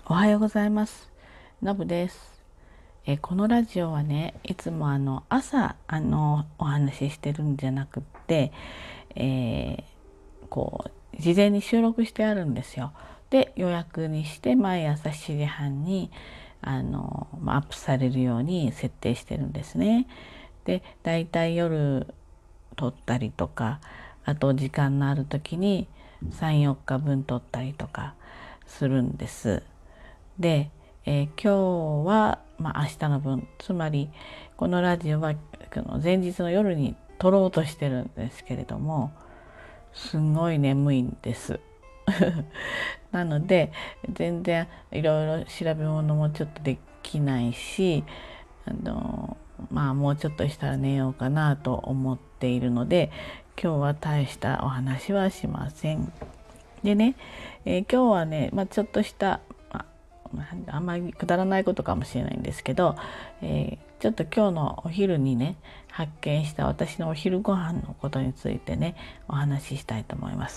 おはようございます。のぶです。このラジオはね、いつも朝お話ししてるんじゃなくって、え事前に収録してあるんですよ。で、予約にして毎朝7時半にアップされるように設定してるんですね。で、だいたい夜撮ったりとか、あと時間のある時に3、4日分撮ったりとかするんです。で、今日は、明日の分、つまりこのラジオは前日の夜に撮ろうとしてるんですけれども、すごい眠いんです。なので全然いろいろ調べ物もちょっとできないし、もうちょっとしたら寝ようかなと思っているので、今日は大したお話はしません。でね、今日はね、ちょっとした、あんまりくだらないことかもしれないんですけど、ちょっと今日のお昼にね発見した私のお昼ご飯のことについてねお話ししたいと思います。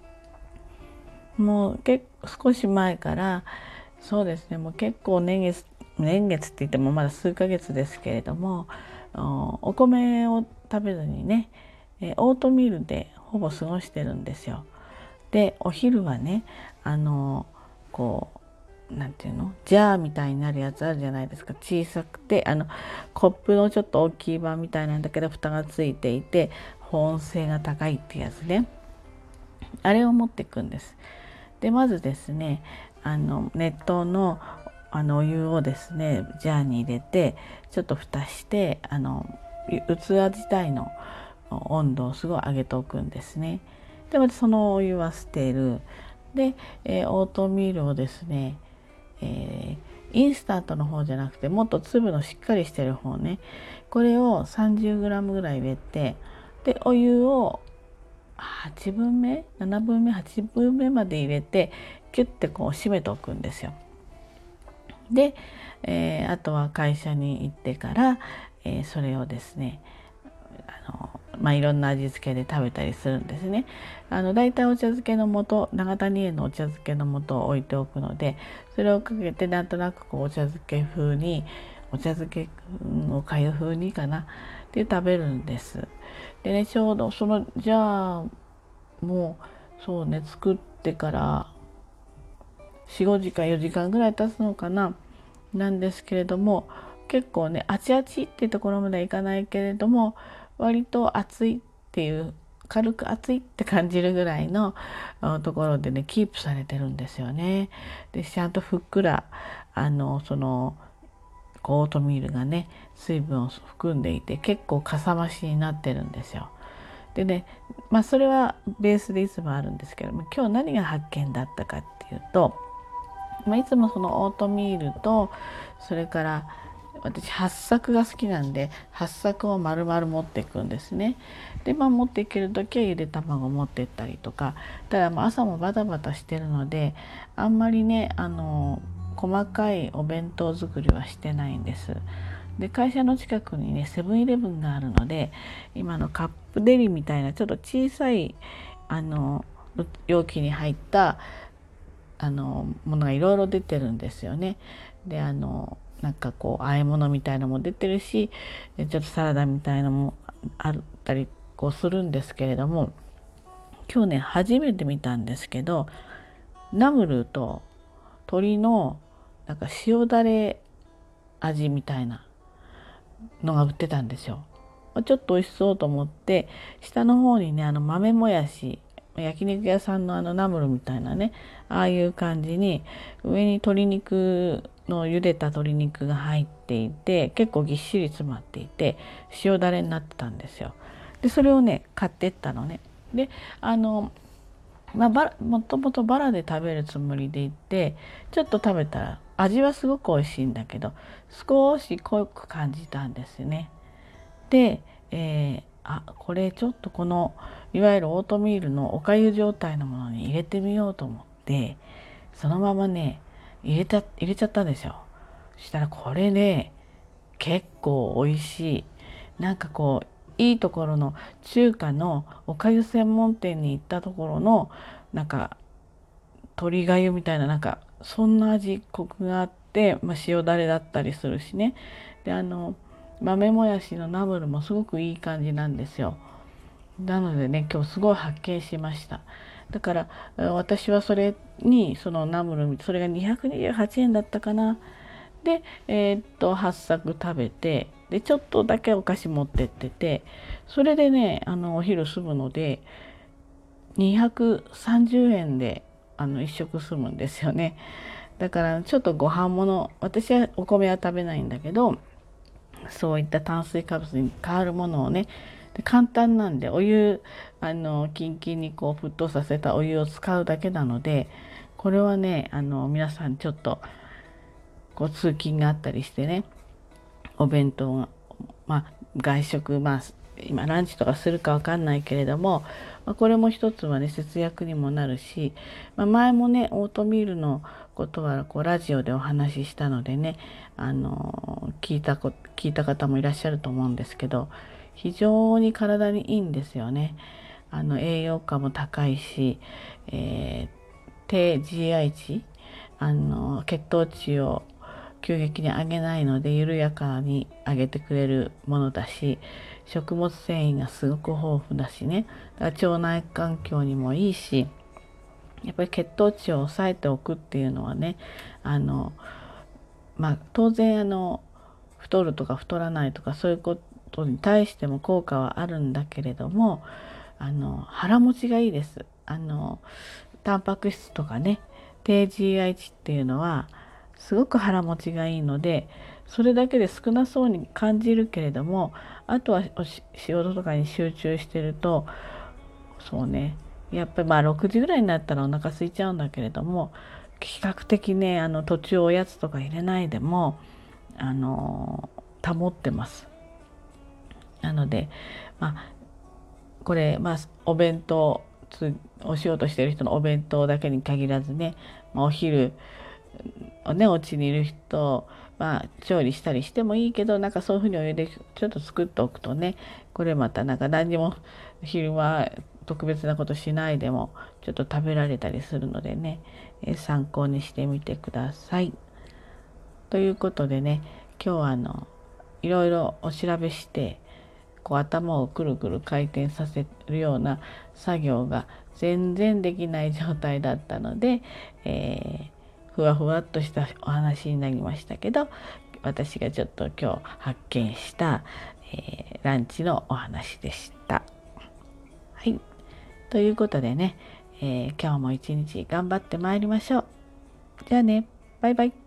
もう少し前から、そうですね、もう結構年月って言ってもまだ数ヶ月ですけれども、お米を食べずにね、オートミールでほぼ過ごしてるんですよ。でお昼はね、こなんていうの、ジャーみたいになるやつあるじゃないですか。小さくてコップのちょっと大きい版みたいなんだけど蓋がついていて保温性が高いってやつね、あれを持っていくんです。でまずですね、熱湯のお湯をですねジャーに入れてちょっと蓋して器自体の温度をすごい上げておくんですね。でまたそのお湯は捨てる。で、オートミールをですね、インスタントの方じゃなくてもっと粒のしっかりしてる方ね、これを 30g ぐらい入れて、でお湯を8分目7分目8分目まで入れてキュッてこう締めておくんですよ。で、あとは会社に行ってから、それをですねいろんな味付けで食べたりするんですね。だいたいお茶漬けの素、長谷園のお茶漬けの素を置いておくので、それをかけてなんとなくこうお茶漬け風に、お茶漬けの粥風にかなで食べるんです。でね、ちょうどじゃあもうそうね、作ってから4、5時間4時間ぐらい経つのかな、なんですけれども、結構ねあちあちっていうところまではいかないけれども割と熱いっていう、軽く熱いって感じるぐらいのところでねキープされてるんですよね。でちゃんとふっくらオートミールがね水分を含んでいて結構かさ増しになってるんですよ。でね、それはベースでいつもあるんですけども、今日何が発見だったかっていうと、いつもそのオートミールと、それから私八朔が好きなんで八朔を丸々持っていくんですね。で持っていける時はゆで卵持ってったりとか、ただ朝もバタバタしてるのであんまりね細かいお弁当作りはしてないんです。で会社の近くにねセブンイレブンがあるので、今のカップデリみたいなちょっと小さい容器に入ったものがいろいろ出てるんですよね。でなんかこう和え物みたいなのも出てるし、ちょっとサラダみたいなのもあったりこうするんですけれども、今日ね初めて見たんですけど、ナムルと鶏のなんか塩だれ味みたいなのが売ってたんですよ。ちょっと美味しそうと思って下の方にね豆もやし、焼肉屋さんのナムルみたいなね、ああいう感じに上に鶏肉の茹でた鶏肉が入っていて結構ぎっしり詰まっていて塩だれになってたんですよ。でそれをね買ってったのね。でもともとバラで食べるつもりで行ってちょっと食べたら味はすごく美味しいんだけど少し濃く感じたんですよね。で、これちょっとこのいわゆるオートミールのおかゆ状態のものに入れてみようと思ってそのままね入れちゃったんですよ。そしたらこれね結構美味しい。なんかこういいところの中華のおかゆ専門店に行ったところのなんか鶏がゆみたいな、なんかそんな味コクがあって、塩だれだったりするしね。で豆もやしのナムルもすごくいい感じなんですよ。なのでね今日すごい発見しました。だから私はそのナムルそれが228円だったかな。で8作食べて、でちょっとだけお菓子持ってってて、それでねお昼済むので230円で1食済むんですよね。だからちょっとご飯物、私はお米は食べないんだけど、そういった炭水化物に変わるものをね、で簡単なんで、お湯キンキンにこう沸騰させたお湯を使うだけなので、これはね皆さんちょっとこう通勤があったりしてね、お弁当が外食、今ランチとかするかわかんないけれども、これも一つはね節約にもなるし、前もねオートミールのことはこうラジオでお話ししたのでね、聞いた方もいらっしゃると思うんですけど、非常に体にいいんですよね。栄養価も高いし、低 GI 値、血糖値を急激に上げないので緩やかに上げてくれるものだし、食物繊維がすごく豊富だしね、だから腸内環境にもいいし、やっぱり血糖値を抑えておくっていうのはね、当然太るとか太らないとかそういうことに対しても効果はあるんだけれども、腹持ちがいいです。タンパク質とかね、低 GI 値っていうのはすごく腹持ちがいいので、それだけで少なそうに感じるけれども、あとは仕事とかに集中してると、そうね、やっぱり6時ぐらいになったらお腹空いちゃうんだけれども、比較的ね途中おやつとか入れないでも保ってます。なのでこれお弁当、お仕事してる人のお弁当だけに限らずね、お昼お家にいる人、調理したりしてもいいけど、そういうふうにお湯でちょっと作っておくとね、これまた何にも昼間特別なことしないでもちょっと食べられたりするのでね、参考にしてみてください。ということでね、今日はいろいろお調べして、こう頭をくるくる回転させるような作業が全然できない状態だったので、ふわふわっとしたお話になりましたけど、私がちょっと今日発見した、ランチのお話でした。はい。ということでね、今日も一日頑張ってまいりましょう。じゃあね、バイバイ。